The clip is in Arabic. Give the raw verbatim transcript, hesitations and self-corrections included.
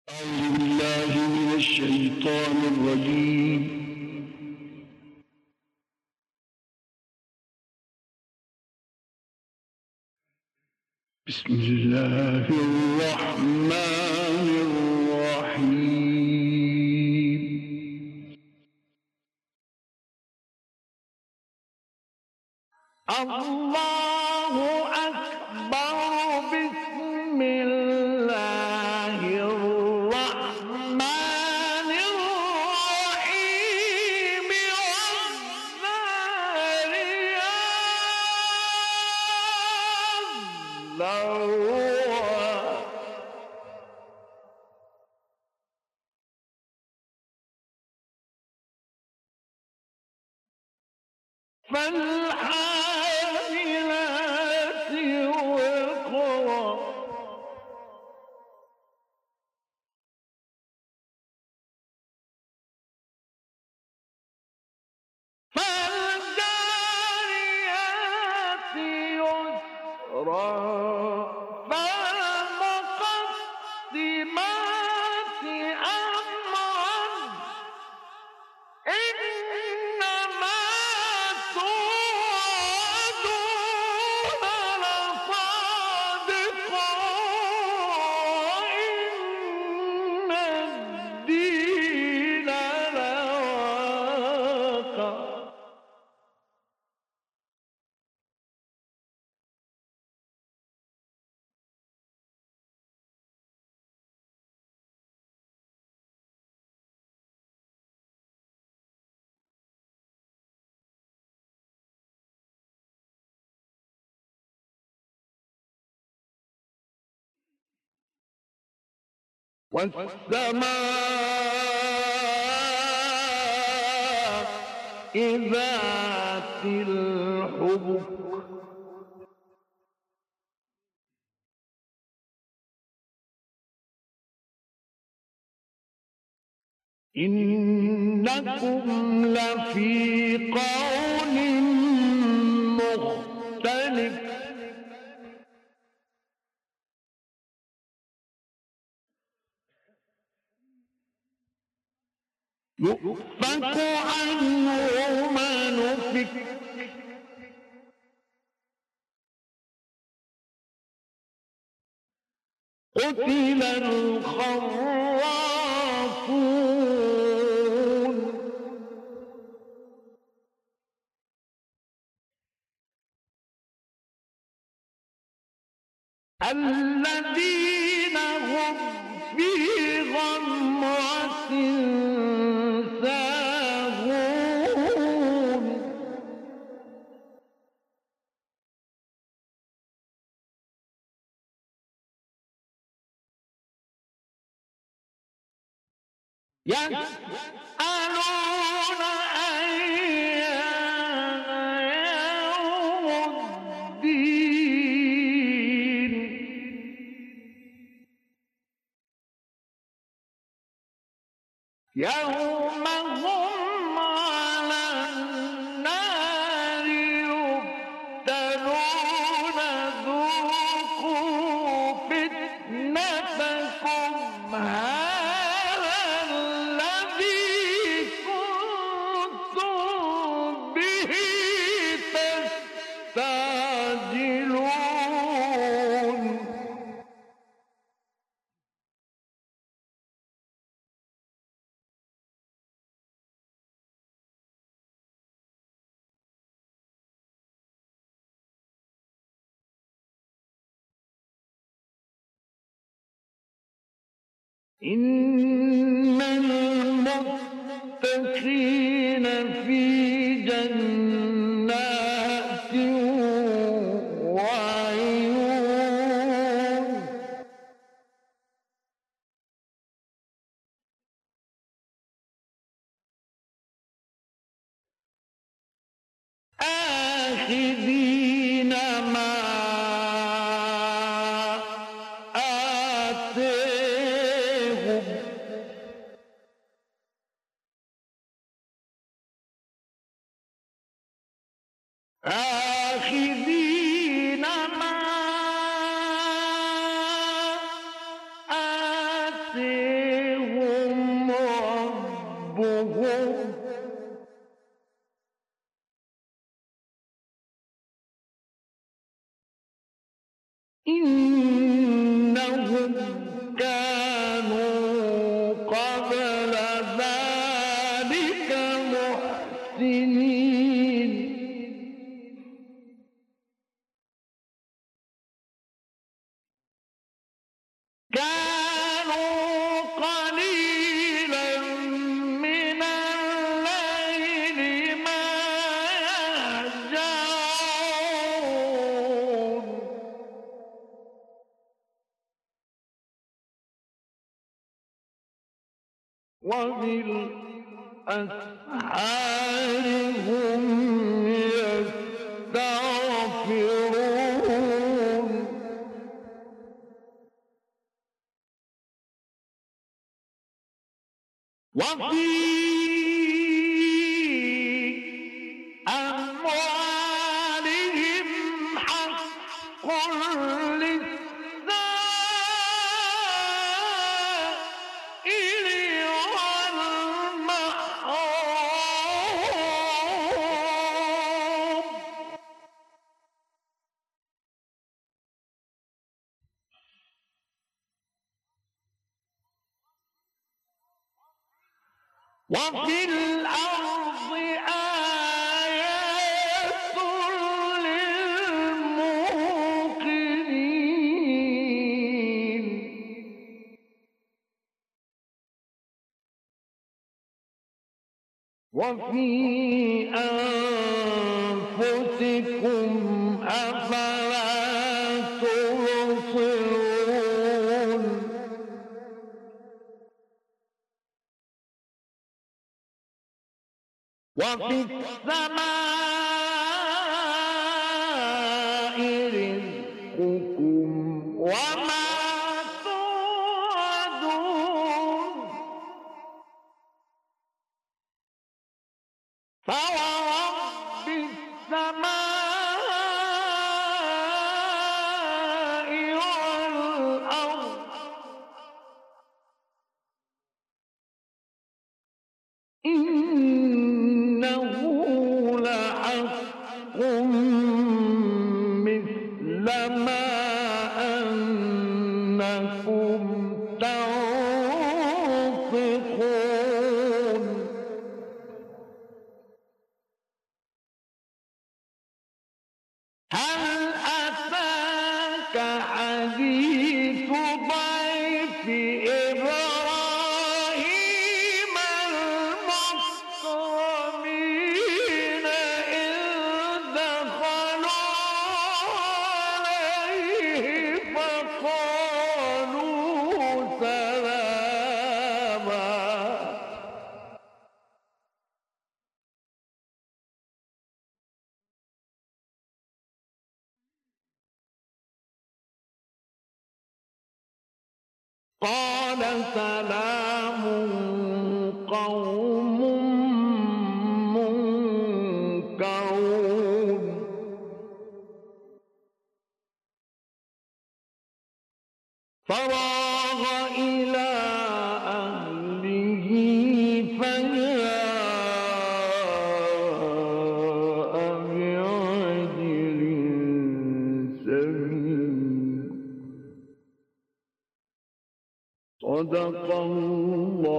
أعوذ بالله من الشيطان الرجيم. بسم الله الرحمن الرحيم. الله أكبر. بسم الله الرحمن الرحيم. والذاريات ذروا فالحاملات وقرا فالجاريات يسرا فالمقدمات أمرا إنما توعدون لصادق وإن الدين لواقع. والسماء ذات الحبك إنكم لفي قول مختلف. يؤفك عنه من أفك قتل الخراصون الذين هم في غمرة ساهون يسألون أيان يوم الدين يوم هم على النار يفتنون ذوقوا فتنتكم هذا الذي كنتم به تستعجلون. إن المتقين في جنات وعيون آخذين ما آتيهم وبالأسحار هم يستغفرون وفي أموالهم حق للسائل والمحروم وفي الأرض آيات للموقنين وفي أنفسكم أفلا تبصرون وفي السماء رزقكم وما توعدون فورب السماء والأرض إنه لحق مثل ما أنكم تنطقون هل أتاك حديث ضيف إبراهيم المكرمين إذ دخلوا عليه فقالوا سلاما قال سلام قوم منكرون فراغ إلى أهله فجاء بعجل سمين صدق الله